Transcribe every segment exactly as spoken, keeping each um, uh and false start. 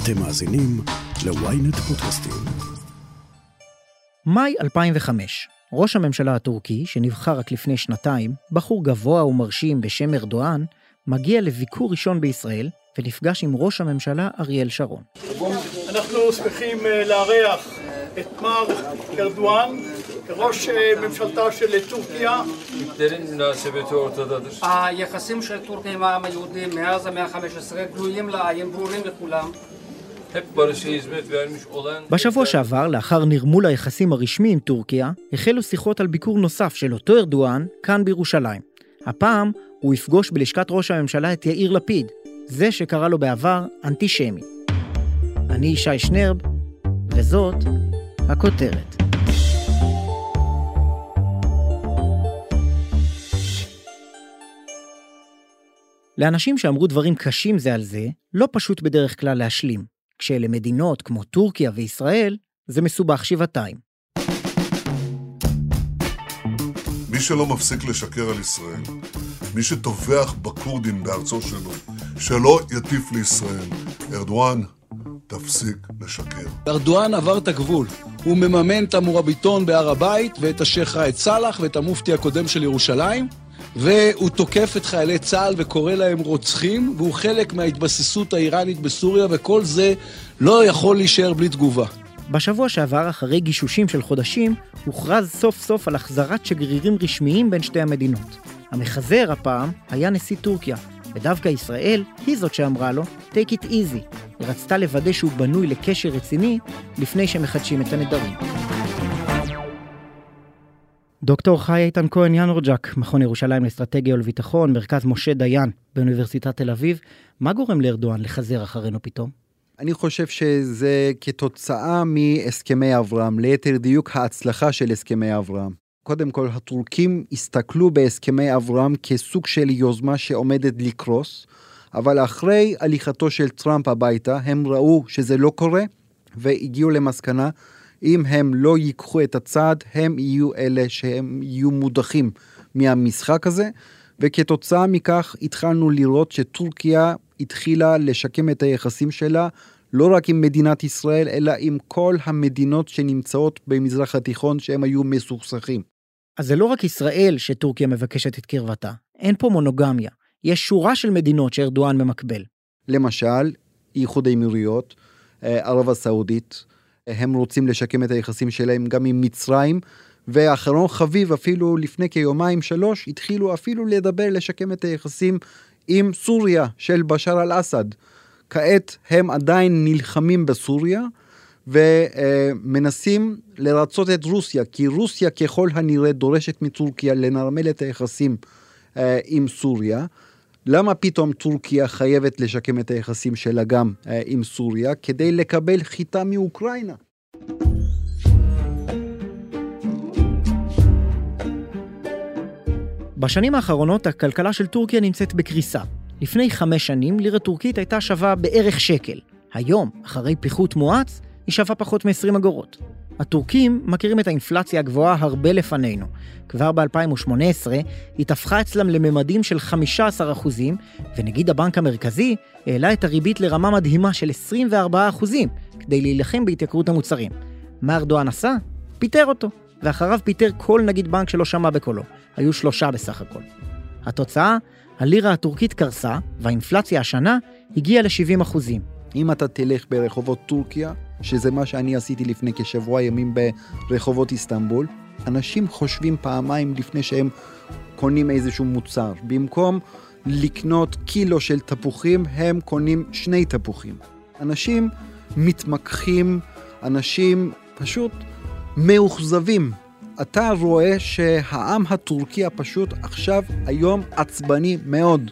אתם מאזינים ל-ynet פודקאסטים. מאי אלפיים וחמש, ראש הממשלה הטורקי, שנבחר רק לפני שנתיים, בחור גבוה ומרשים בשם ארדואן, מגיע לביקור ראשון בישראל, ונפגש עם ראש הממשלה אריאל שרון. אנחנו שמחים לארח את מר ארדואן, כראש ממשלתה של טורקיה. היחסים של טורקיה עם העם היהודי מאז המאה ה-חמש עשרה גלויים לעין, ברורים לכולם. בשבוע שעבר, לאחר נרמול היחסים הרשמי עם טורקיה, החלו שיחות על ביקור נוסף של אותו ארדואן כאן בירושלים. הפעם הוא יפגוש בלשכת ראש הממשלה את יאיר לפיד, זה שקרא לו בעבר אנטישמי. אני ישי שנרב, וזאת הכותרת. לאנשים שאמרו דברים קשים זה על זה, לא פשוט בדרך כלל להשלים, כשלמדינות כמו טורקיה וישראל, זה מסובך שבעתיים. מי שלא מפסיק לשקר על ישראל, מי שטובח בקורדים בארצו שלו, שלא יטיף לישראל, ארדואן, תפסיק לשקר. ארדואן עבר את הגבול. הוא מממן את המורביטון בהר הבית, ואת השייח ראאד סלאח, ואת המופתי הקודם של ירושלים, והוא תוקף את חיילי צה"ל וקורא להם רוצחים, והוא חלק מההתבססות האיראנית בסוריה, וכל זה לא יכול להישאר בלי תגובה. בשבוע שעבר, אחרי גישושים של חודשים, הוכרז סוף סוף על החזרת שגרירים רשמיים בין שתי המדינות. המחזר הפעם היה נשיא טורקיה, ודווקא ישראל היא זאת שאמרה לו, take it easy. היא רצתה לוודא שהוא בנוי לקשר רציני לפני שמחדשים את הנדרים. דוקטור חי איתן כהן ינורג'ק, מכון ירושלים לאסטרטגיה ולביטחון, מרכז משה דיין באוניברסיטת תל אביב. מה גורם לארדואן לחזר אחרינו פתאום? אני חושב שזה כתוצאה מהסכמי אברהם, ליתר דיוק ההצלחה של הסכמי אברהם. קודם כל, הטורקים הסתכלו בהסכמי אברהם כסוג של יוזמה שעומדת לקרוס, אבל אחרי הליכתו של טראמפ הביתה, הם ראו שזה לא קורה, והגיעו למסקנה, אם הם לא ייקחו את הצעד, הם יהיו אלה שהם יהיו מודחים מהמשחק הזה, וכתוצאה מכך התחלנו לראות שטורקיה התחילה לשקם את היחסים שלה, לא רק עם מדינת ישראל, אלא עם כל המדינות שנמצאות במזרח התיכון שהם היו מסוכסכים. אז זה לא רק ישראל שטורקיה מבקשת את קרבתה, אין פה מונוגמיה, יש שורה של מדינות שארדואן ממקבל. למשל, איחוד האמירויות, ערב הסעודית, הם רוצים לשקם את היחסים שלהם גם עם מצרים, ואחרון חביב אפילו לפני כיומיים שלוש, התחילו אפילו לדבר לשקם את היחסים עם סוריה של בשאר אל-אסד. כעת הם עדיין נלחמים בסוריה, ומנסים לרצות את רוסיה, כי רוסיה ככל הנראה דורשת מטורקיה לנרמל את היחסים עם סוריה. למה פתאום טורקיה חייבת לשקם את היחסים שלה גם עם סוריה? כדי לקבל חיטה מאוקראינה. בשנים האחרונות הכלכלה של טורקיה נמצאת בקריסה. לפני חמש שנים לירה טורקית הייתה שווה בערך שקל. היום, אחרי פיחות מואץ, היא שווה פחות מ-עשרים אגורות. הטורקים מכירים את האינפלציה הגבוהה הרבה לפנינו. כבר ב-אלפיים ושמונה עשרה היא תפחה אצלם לממדים של חמישה עשר אחוזים, ונגיד הבנק המרכזי העלה את הריבית לרמה מדהימה של עשרים וארבעה אחוזים, כדי להילחם בהתייקרות המוצרים. מה ארדואן עשה? פיטר אותו, ואחריו פיטר כל נגיד בנק שלא שמע בקולו. היו שלושה בסך הכל. התוצאה, הלירה הטורקית קרסה, והאינפלציה השנה הגיעה ל-שבעים אחוזים. אם אתה תלך ברחובות טורקיה, שזה מה שאני עשיתי לפני כשבוע ימים ברחובות איסטנבול, אנשים חושבים פעמיים לפני שהם קונים איזשהו מוצר. במקום לקנות קילו של תפוחים, הם קונים שני תפוחים. אנשים מתמקחים, אנשים פשוט מאוכזבים. אתה רואה שהעם הטורקי פשוט עכשיו היום עצבני מאוד.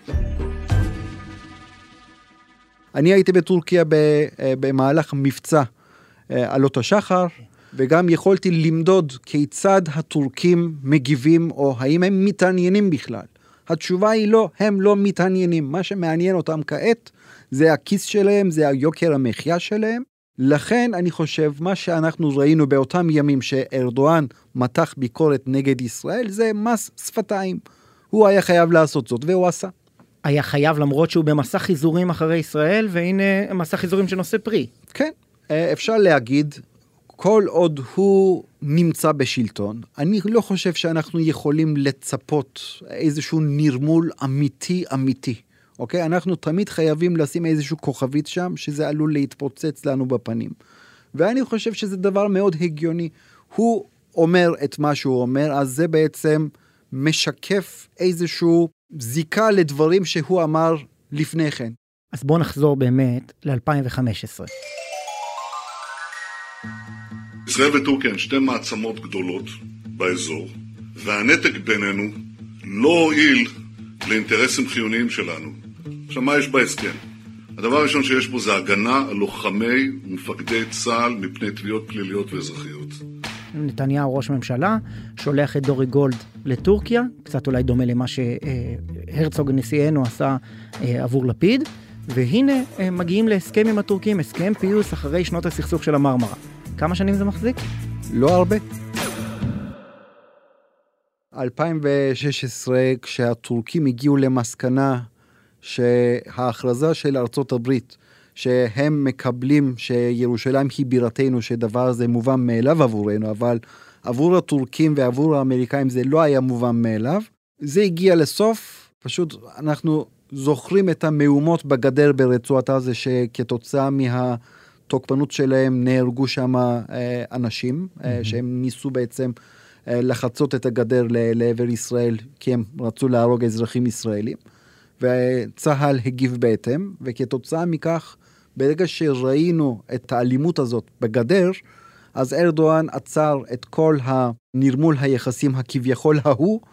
אני הייתי בטורקיה במהלך מבצע עלות השחר, וגם יכולתי למדוד כיצד הטורקים מגיבים, או האם הם מתעניינים בכלל. התשובה היא לא, הם לא מתעניינים. מה שמעניין אותם כעת, זה הכיס שלהם, זה היוקר המחיה שלהם. לכן אני חושב, מה שאנחנו ראינו באותם ימים שארדואן מתח ביקורת נגד ישראל, זה מס שפתיים. הוא היה חייב לעשות זאת, והוא עשה. היה חייב למרות שהוא במסע חיזורים אחרי ישראל, והנה מסע חיזורים שנושא פרי. כן, אפשר להגיד, כל עוד הוא נמצא בשלטון, אני לא חושב שאנחנו יכולים לצפות איזשהו נרמול אמיתי אמיתי. אוקיי? אנחנו תמיד חייבים לשים איזשהו כוכבית שם, שזה עלול להתפוצץ לנו בפנים. ואני חושב שזה דבר מאוד הגיוני. הוא אומר את מה שהוא אומר, אז זה בעצם משקף איזשהו זיקה לדברים שהוא אמר לפני כן. אז בואו נחזור באמת ל-אלפיים וחמש עשרה. ישראל וטורקיה הן שתי מעצמות גדולות באזור, והנתק בינינו לא הועיל לאינטרסים חיוניים שלנו. עכשיו, מה יש בהסכם? הדבר הראשון שיש בו זה הגנה על לוחמי ומפקדי צה"ל מפני תביעות פליליות ואזרחיות. נתניהו ראש ממשלה, שולח את דורי גולד לטורקיה, קצת אולי דומה למה שהרצוג נשיאנו עשה עבור לפיד, והנה מגיעים להסכם עם הטורקים, הסכם פיוס אחרי שנות הסכסוך של המרמרה. כמה שנים זה מחזיק? לא הרבה. אלפיים ושש עשרה, כשהטורקים הגיעו למסקנה שההכרזה של ארצות הברית, שהם מקבלים שירושלים היא בירתנו, שדבר הזה מובן מאליו עבורנו, אבל עבור הטורקים ועבור האמריקאים זה לא היה מובן מאליו, זה הגיע לסוף, פשוט אנחנו זוכרים את המהומות בגדר ברצועת עזה, שכתוצאה מהתוקפנות שלהם נהרגו שם אנשים, mm-hmm. שהם ניסו בעצם לחצות את הגדר לעבר ישראל, כי הם רצו להרוג אזרחים ישראלים, וצהל הגיב בהתאם, וכתוצאה מכך, ברגע שראינו את האלימות הזאת בגדר, אז ארדואן עצר את כל הנרמול היחסים הכביכול ההוא,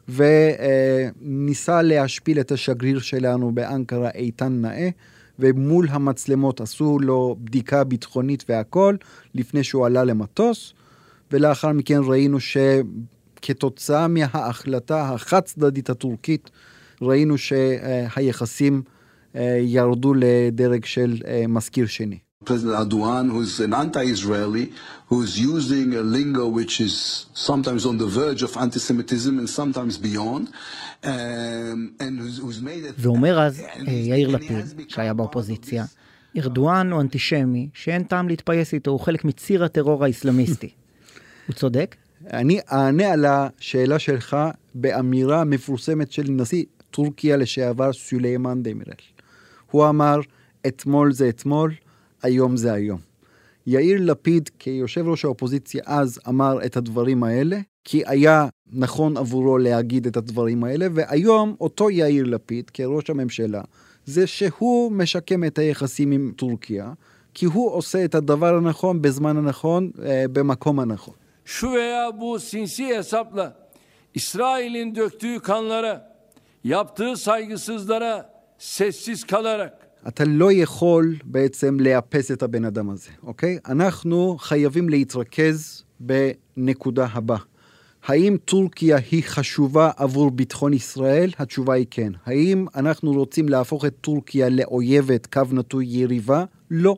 וניסה להשפיל את השגריר שלנו באנקרה איתן נאה, ומול המצלמות עשו לו בדיקה ביטחונית והכל, לפני שהוא עלה למטוס, ולאחר מכן ראינו שכתוצאה מההחלטה החד צדדית הטורקית, ראינו שהיחסים ירדו לדרג של מזכיר שני. President Erdogan, who's an anti-Israeli, who's using a lingo which is sometimes on the verge of anti-Semitism and sometimes beyond, um, and who's, who's made it... ואומר אז יאיר לפיד, שהיה באופוזיציה, ארדואן הוא אנטישמי, שאין טעם להתפייס איתו, הוא חלק מציר הטרור האסלאמיסטי. הוא צודק? אני אענה על השאלה שלך באמירה מפורסמת של נשיא טורקיה לשעבר סוליימן דמירל. הוא אמר, אתמול זה אתמול, היום זה היום. יאיר לפיד, כיושב ראש האופוזיציה אז, אמר את הדברים האלה, כי היה נכון עבורו להגיד את הדברים האלה, והיום אותו יאיר לפיד, כראש הממשלה, זה שהוא משקם את היחסים עם טורקיה, כי הוא עושה את הדבר הנכון bezman הנכon, במקום הנכון. Şu veya bu sinsi hesapla İsrail'in döktüğü kanlara, yaptığı saygısızlara sessiz kalarak אתה לא יכול בעצם לאפס את הבן אדם הזה, אוקיי? אנחנו חייבים להתרכז בנקודה הבאה. האם טורקיה היא חשובה עבור ביטחון ישראל? התשובה היא כן. האם אנחנו רוצים להפוך את טורקיה לאויבת, קו נטוי יריבה? לא.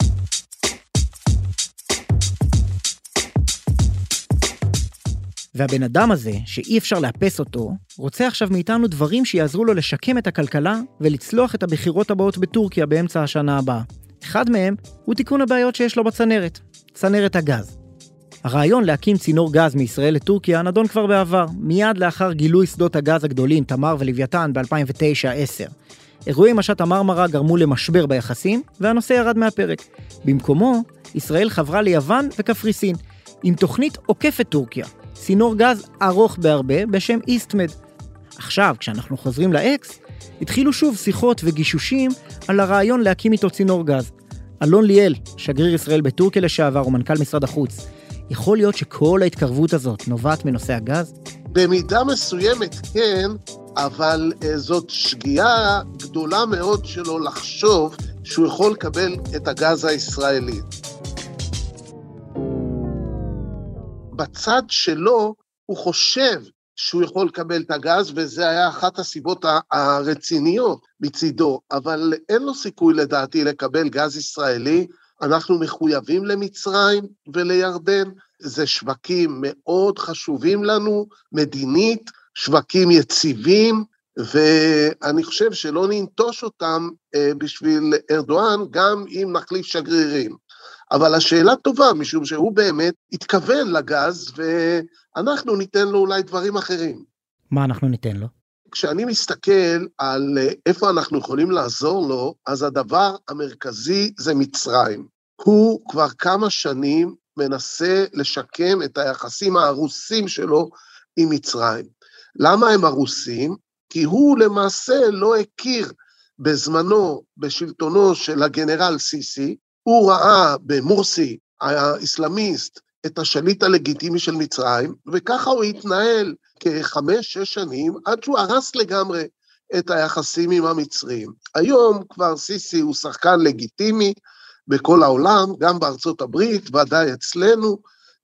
והבן אדם הזה, שאי אפשר לאפס אותו, רוצה עכשיו מאיתנו דברים שיעזרו לו לשקם את הכלכלה ולצלוח את הבחירות הבאות בטורקיה באמצע השנה הבאה. אחד מהם הוא תיקון הבעיות שיש לו בצנרת, צנרת הגז. הרעיון להקים צינור גז מישראל לטורקיה נדון כבר בעבר, מיד לאחר גילוי שדות הגז הגדולים תמר ולוויתן ב-אלפיים ותשע עשר. אירועי משט המרמרה גרמו למשבר ביחסים, והנושא ירד מהפרק. במקומו, ישראל חברה ליוון וקפריסין, עם תוכנית עוקפת טורקיה. צינור גז ארוך בהרבה בשם איסטמד. עכשיו, כשאנחנו חוזרים לאקס, התחילו שוב שיחות וגישושים על הרעיון להקים איתו צינור גז. אלון ליאל, שגריר ישראל בטורקיה לשעבר ומנכ"ל משרד החוץ, יכול להיות שכל ההתקרבות הזאת נובעת מנושא הגז? במידה מסוימת כן, אבל זאת שגיאה גדולה מאוד שלו לחשוב שהוא יכול לקבל את הגז הישראלי. בצד שלו הוא חושב שהוא יכול לקבל את הגז, וזה היה אחת הסיבות הרציניות מצידו, אבל אין לו סיכוי לדעתי לקבל גז ישראלי. אנחנו מחויבים למצרים ולירדן, זה שווקים מאוד חשובים לנו, מדינית, שווקים יציבים, ואני חושב שלא ננטוש אותם בשביל ארדואן, גם אם נחליף שגרירים. אבל השאלה טובה, משום שהוא באמת התכוון לגז, ואנחנו ניתן לו אולי דברים אחרים. מה אנחנו ניתן לו? כשאני מסתכל על איפה אנחנו יכולים לעזור לו, אז הדבר המרכזי זה מצרים. הוא כבר כמה שנים מנסה לשקם את היחסים הרוסים שלו עם מצרים. למה הם הרוסים? כי הוא למעשה לא הכיר בזמנו, בשלטונו של הגנרל סיסי, הוא ראה במורסי, האסלאמיסט, את השליט הלגיטימי של מצרים, וככה הוא התנהל כחמש, שש שנים, עד שהוא הרס לגמרי את היחסים עם המצרים. היום כבר סיסי הוא שחקן לגיטימי בכל העולם, גם בארצות הברית, ודאי אצלנו,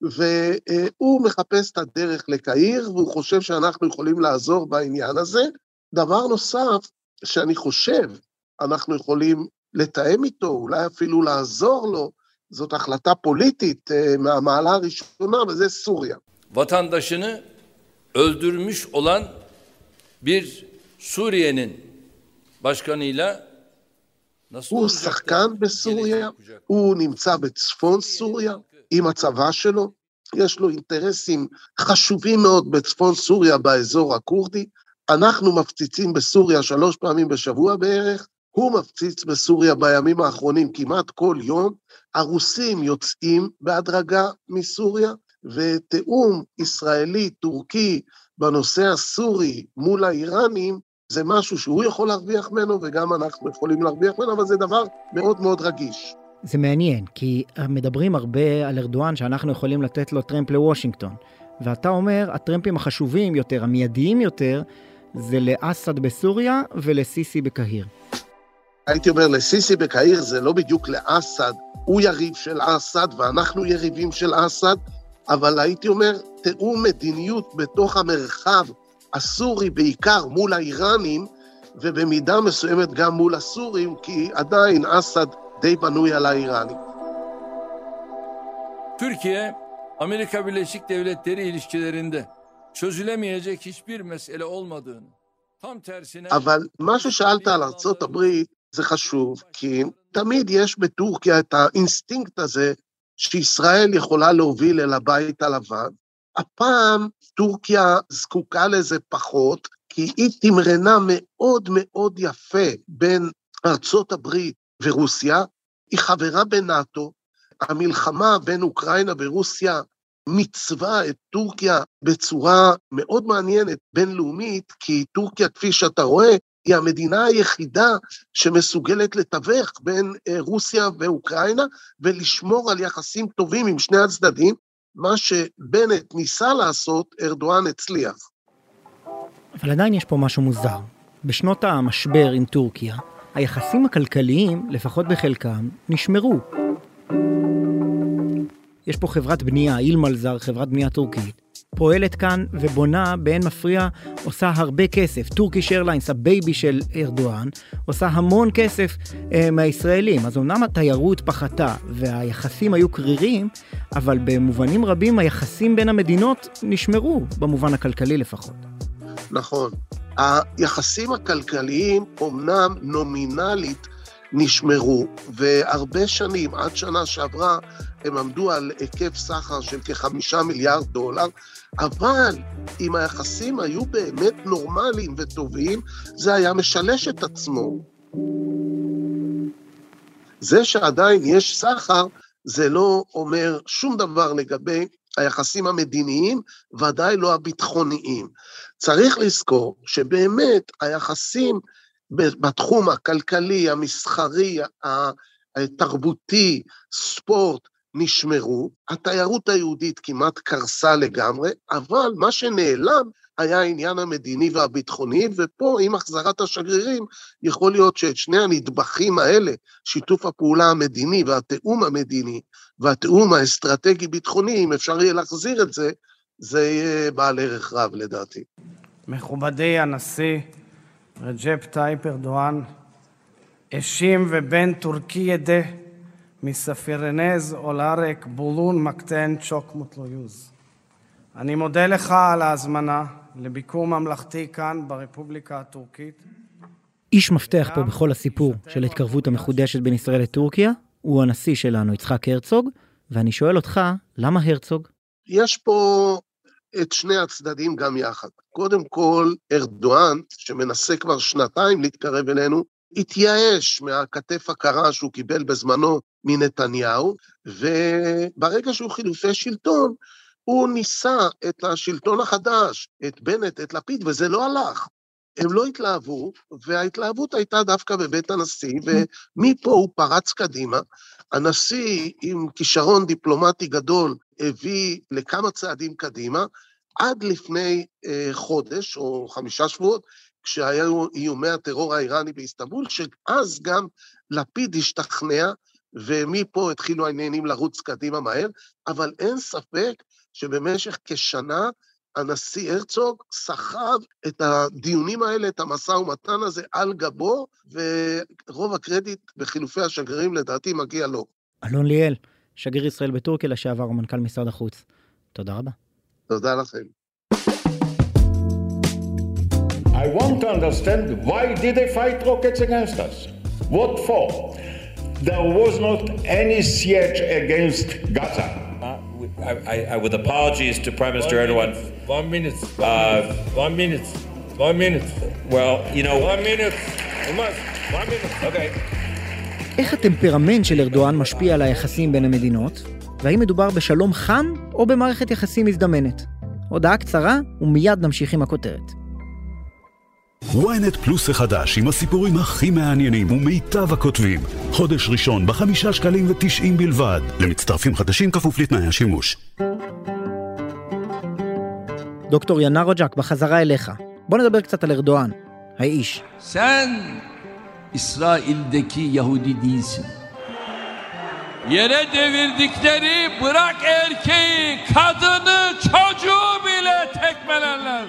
והוא מחפש את הדרך לקהיר, והוא חושב שאנחנו יכולים לעזור בעניין הזה. דבר נוסף שאני חושב, אנחנו יכולים לתאם איתו, אולי אפילו לעזור לו, זאת החלטה פוליטית מהמעלה הראשונה, וזה סוריה. Vatandaşını öldürmüş olan bir Suriye'nin başkanıyla nasıl הוא שחקן בסוריה, הוא נמצא בצפון סוריה, עם הצבא שלו, יש לו אינטרסים חשובים מאוד בצפון סוריה, באזור הקורדי, אנחנו מפציצים בסוריה שלוש פעמים בשבוע בערך, הוא מפציץ בסוריה בימים האחרונים כמעט כל יום, הרוסים יוצאים בהדרגה מסוריה, ותאום ישראלי-טורקי בנושא הסורי מול האיראנים, זה משהו שהוא יכול להרוויח ממנו, וגם אנחנו יכולים להרוויח ממנו, אבל זה דבר מאוד מאוד רגיש. זה מעניין, כי מדברים הרבה על ארדואן שאנחנו יכולים לתת לו טרמפ לוושינגטון, ואתה אומר, הטרמפים החשובים יותר, המיידיים יותר, זה לאסד בסוריה ולסיסי בקהיר. הייתי אומר, לסיסי בקהיר זה לא בדיוק לאסד, הוא יריב של אסד ואנחנו יריבים של אסד, אבל הייתי אומר, תאום מדיניות בתוך המרחב הסורי, בעיקר מול האיראנים, ובמידה מסוימת גם מול הסורים, כי עדיין אסד די בנוי על האיראנים. Türkiye, Amerika Birleşik Devletleri ilişkilerinde çözülemeyecek hiçbir mesele olmadığını, tam tersine... אבל מה ששאלת על ארצות הברית זה חשוב, כי תמיד יש בטורקיה את האינסטינקט הזה, שישראל יכולה להוביל אל הבית הלבן. הפעם טורקיה זקוקה לזה פחות, כי היא תמרנה מאוד מאוד יפה בין ארצות הברית ורוסיה, היא חברה בנאטו, המלחמה בין אוקראינה ורוסיה מצווה את טורקיה בצורה מאוד מעניינת בינלאומית, כי טורקיה, כפי שאתה רואה, היא המדינה היחידה שמסוגלת לתווך בין רוסיה ואוקראינה, ולשמור על יחסים טובים עם שני הצדדים, מה שבנט ניסה לעשות, ארדואן הצליח. אבל עדיין יש פה משהו מוזר. בשנות המשבר עם טורקיה, היחסים הכלכליים, לפחות בחלקם, נשמרו. יש פה חברת בנייה, אילמלזר, חברת בנייה טורקית, פועלת כאן ובונה באין מפריע, עושה הרבה כסף. טורקיש איירליינס, הבייבי של ארדואן, עושה המון כסף אה, מהישראלים. אז אמנם התיירות פחתה והיחסים היו קרירים, אבל במובנים רבים היחסים בין המדינות נשמרו, במובן הכלכלי לפחות. נכון. היחסים הכלכליים אומנם נומינלית נשמרו, והרבה שנים, עד שנה שעברה, הם עמדו על היקף סחר של כחמישה מיליארד דולר, אבל אם היחסים היו באמת נורמליים וטובים, זה היה משלש את עצמו. זה שעדיין יש סחר, זה לא אומר שום דבר לגבי היחסים המדיניים, ודאי לא הביטחוניים. צריך לזכור שבאמת היחסים בתחום הכלכלי, המסחרי, התרבותי, ספורט, נשמרו, התיירות היהודית כמעט קרסה לגמרי, אבל מה שנעלם היה העניין המדיני והביטחוני, ופה עם החזרת השגרירים, יכול להיות שאת שני הנדבכים האלה, שיתוף הפעולה המדיני והתאום המדיני, והתאום האסטרטגי-ביטחוני, אם אפשר יהיה להחזיר את זה, זה יהיה בעל ערך רב לדעתי. מכובדי הנשיא, רג'פ טייפ ארדואן, אשים ובן טורקי ידה, מספירנז אולארק בולון מקטן צ'וק מוטלויוז. אני מודה לך על ההזמנה לביקור ממלכתי כאן ברפובליקה הטורקית. איש מפתח פה בכל הסיפור של ההתקרבות המחודשת בין ישראל לטורקיה, הוא הנשיא שלנו, יצחק הרצוג, ואני שואל אותך, למה הרצוג? יש פה את שני הצדדים גם יחד. קודם כל, ארדואן, שמנסה כבר שנתיים להתקרב אלינו, התייאש מהכתף הקרה שהוא קיבל בזמנו מנתניהו, וברגע שהוא חילופי שלטון, הוא ניסה את השלטון החדש, את בנט, את לפיד, וזה לא הלך. הם לא התלהבו, וההתלהבות הייתה דווקא בבית הנשיא, ומפה הוא פרץ קדימה. הנשיא עם כישרון דיפלומטי גדול הביא לכמה צעדים קדימה, עד לפני אה, חודש או חמישה שבועות, כשהיו איומי הטרור האיראני באיסטנבול, שאז גם לפיד השתכנע, ומפה התחילו העניינים לרוץ קדימה מהר, אבל אין ספק שבמשך כשנה, הנשיא הרצוג סחב את הדיונים האלה, את המשא ומתן הזה על גבו, ורוב הקרדיט בחילופי השגרירים לדעתי מגיע לו. אלון ליאל, שגריר ישראל בטורקיה לשעבר ומנכ"ל משרד החוץ. תודה רבה. תודה לכם. I want to understand why did they fight rockets against us? What for? There was not any siege against Gaza. I, I, I, with apologies to Prime Minister Erdogan. One minute. Uh, one minute. One minute. Well, you know. One minute. One minute. Okay. איך הטמפרמנט של ארדואן משפיע על היחסים בין המדינות? והאם מדובר בשלום חם או במערכת יחסים מזדמנת? הודעה קצרה ומיד נמשיך עם הכותרת. וויינט פלוס החדש עם הסיפורים הכי מעניינים ומיטב הכותבים. חודש ראשון בחמישה שקלים ותשעים בלבד. למצטרפים חדשים כפוף לתנאי השימוש. דוקטור ינר רוג'ק, בחזרה אליך. בוא נדבר קצת על ארדואן, האיש. Sen İsrail'deki Yahudi değilsin. Yere devirdikleri bırak erkeği, kadını, çocuğu bile tekmelerler.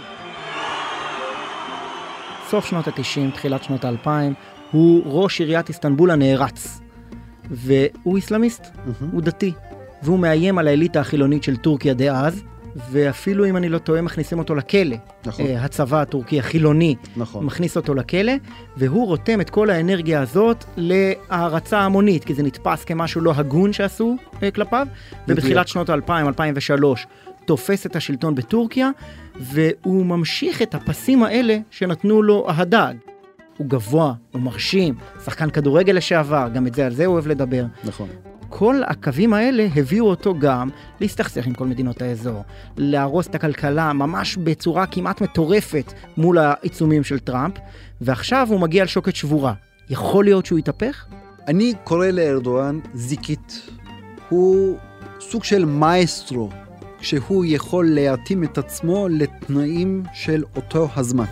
סוף שנות ה-תשעים, תחילת שנות ה-אלפיים, הוא ראש עיריית איסטנבול הנערץ. והוא איסלאמיסט, mm-hmm. הוא דתי. והוא מאיים על האליטה החילונית של טורקיה דאז, ואפילו אם אני לא טועה, מכניסים אותו לכלא. נכון. הצבא הטורקי החילוני נכון. מכניס אותו לכלא, והוא רותם את כל האנרגיה הזאת להערצה המונית, כי זה נתפס כמשהו לא הגון שעשו כלפיו, ובתחילת שנות ה-אלפיים, אלפיים ושלוש, תופס את השלטון בטורקיה, והוא ממשיך את הפסים האלה שנתנו לו ההדג. הוא גבוה, הוא מרשים, שחקן כדורגל לשעבר, גם את זה על זה הוא אוהב לדבר. נכון. כל הקווים האלה הביאו אותו גם להסתכסך עם כל מדינות האזור, להרוס את הכלכלה ממש בצורה כמעט מטורפת מול העיצומים של טראמפ, ועכשיו הוא מגיע על שוקת שבורה. יכול להיות שהוא יתהפך? אני קורא לארדואן זיקית. הוא סוג של מאסטרו, שהוא יכול להתאים את עצמו לתנאים של אותו הזמן.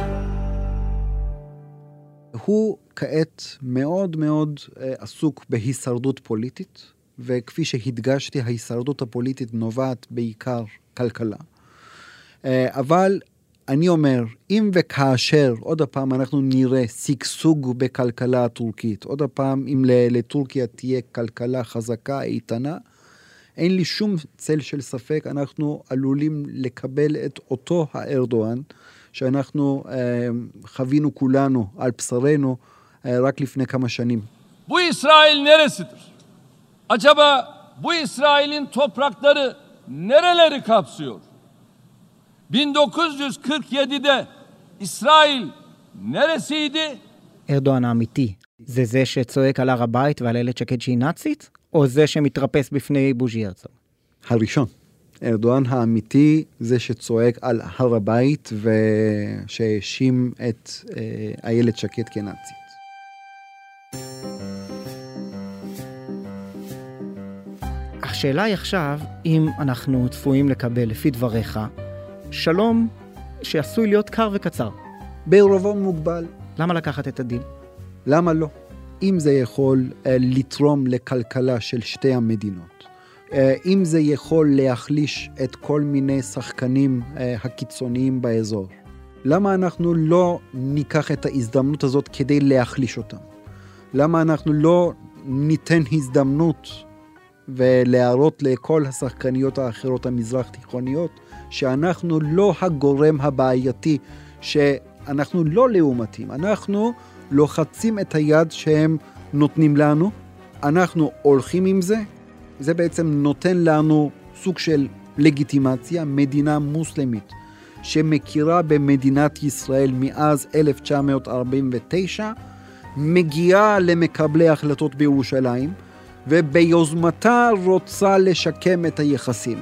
הוא כעת מאוד מאוד עסוק בהישרדות פוליטית, וכפי שהדגשתי, ההישרדות הפוליטית נובעת בעיקר כלכלה. אבל אני אומר, אם וכאשר עוד הפעם אנחנו נראה סגסוג בכלכלה הטורקית, עוד הפעם אם לטורקיה תהיה כלכלה חזקה, איתנה, אין לי שום צל של ספק, אנחנו עלולים לקבל את אותו הארדואן, שאנחנו אה, חווינו כולנו על בשרנו אה, רק לפני כמה שנים. Bu İsrail neresidir? Acaba bu İsrail'in toprakları nereleri kapsıyor? bin dokuz yüz kırk yedi'de İsrail neresiydi? ארדואן האמיתי, זה זה שצועק על הר הבית ועל איילת שקד שהיא נאצית? או זה שמתרפס בפני בוז'י הרצוג? הראשון. ארדואן האמיתי זה שצועק על הר הבית ושהאשים את אה, איילת שקד כנאצית. השאלה היא עכשיו, אם אנחנו צפויים לקבל לפי דבריך, שלום שעשוי להיות קר וקצר. בערבון מוגבל. למה לקחת את הדין? למה לא? אם זה יכול אה, לתרום לכלכלה של שתי המדינות, אה, אם זה יכול להחליש את כל מיני שחקנים אה, הקיצוניים באזור, למה אנחנו לא ניקח את ההזדמנות הזאת כדי להחליש אותם? למה אנחנו לא ניתן הזדמנות ולהראות לכל השחקניות האחרות המזרח תיכוניות, שאנחנו לא הגורם הבעייתי, שאנחנו לא לעומתים, אנחנו לוחצים את היד שהם נותנים לנו, אנחנו הולכים עם זה, זה בעצם נותן לנו סוג של לגיטימציה, מדינה מוסלמית, שמכירה במדינת ישראל מאז אלף תשע מאות ארבעים ותשע, מגיעה למקבלי החלטות בירושלים, וביוזמתה רוצה לשקם את היחסים.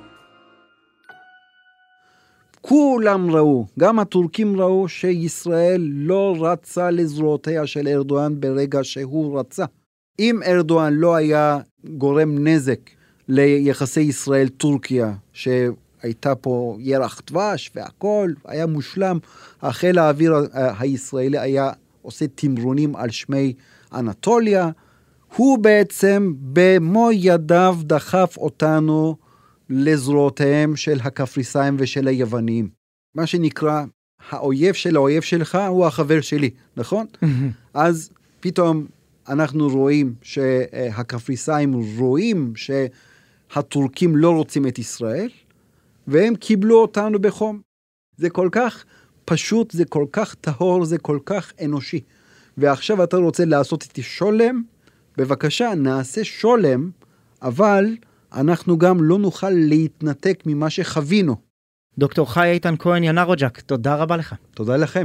כולם ראו, גם הטורקים ראו שישראל לא רצה לזרועותיה של ארדואן ברגע שהוא רצה. אם ארדואן לא היה גורם נזק ליחסי ישראל-טורקיה, שהייתה פה ירח דבש והכל, היה מושלם, החיל האוויר הישראלי היה עושה תמרונים על שמי אנטוליה, הוא בעצם במו ידיו דחף אותנו לזרועותיהם של הקפריסאים ושל היוונים. מה שנקרא, האויב של האויב שלך הוא החבר שלי, נכון? אז פתאום אנחנו רואים שהקפריסאים רואים שהטורקים לא רוצים את ישראל, והם קיבלו אותנו בחום. זה כל כך פשוט, זה כל כך טהור, זה כל כך אנושי. ועכשיו אתה רוצה לעשות איתי שולם, בבקשה נעשה שולם, אבל אנחנו גם לא נוכל להתנתק ממה שחווינו. דוקטור חי איתן כהן ינרוג'ק, תודה רבה לך. תודה לכם.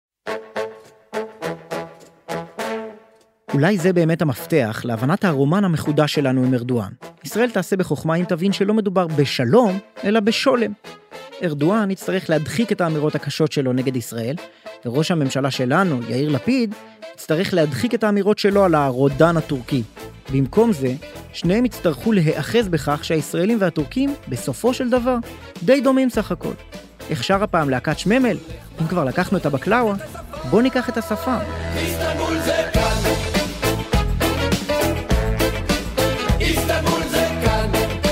אולי זה באמת המפתח להבנת הרומן המחודש שלנו עם ארדואן. ישראל תעשה בחוכמה אם תבין שלא מדובר בשלום, אלא בשולם. ארדואן יצטרך להדחיק את האמירות הקשות שלו נגד ישראל, וראש הממשלה שלנו, יאיר לפיד, יצטרך להדחיק את האמירות שלו על הרודן הטורקי. במקום זה, שניהם יצטרכו להיאחז בכך שהישראלים והטורקים, בסופו של דבר, די דומים סך הכל. איך שר הפעם להקת שממל? אם כבר לקחנו את הבקלאווה, בוא ניקח את השפה. איסטנבול זה כאן. איסטנבול זה כאן.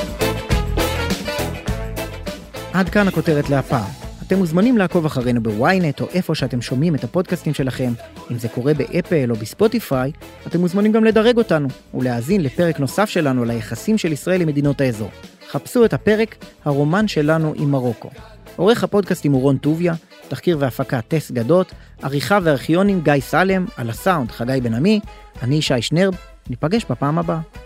עד כאן הכותרת להפעם. אתם מוזמנים לעקוב אחרינו בוויינט או איפה שאתם שומעים את הפודקאסטים שלכם. אם זה קורה באפל או בספוטיפיי, אתם מוזמנים גם לדרג אותנו ולהאזין לפרק נוסף שלנו על היחסים של ישראל עם מדינות האזור. חפשו את הפרק הרומן שלנו עם מרוקו. עורך הפודקאסטים הוא רון טוביה, תחקיר והפקה טס גדות, עריכה וארכיונים גיא סלם, על הסאונד חגי בן עמי, אני שי שנרב, ניפגש בפעם הבאה.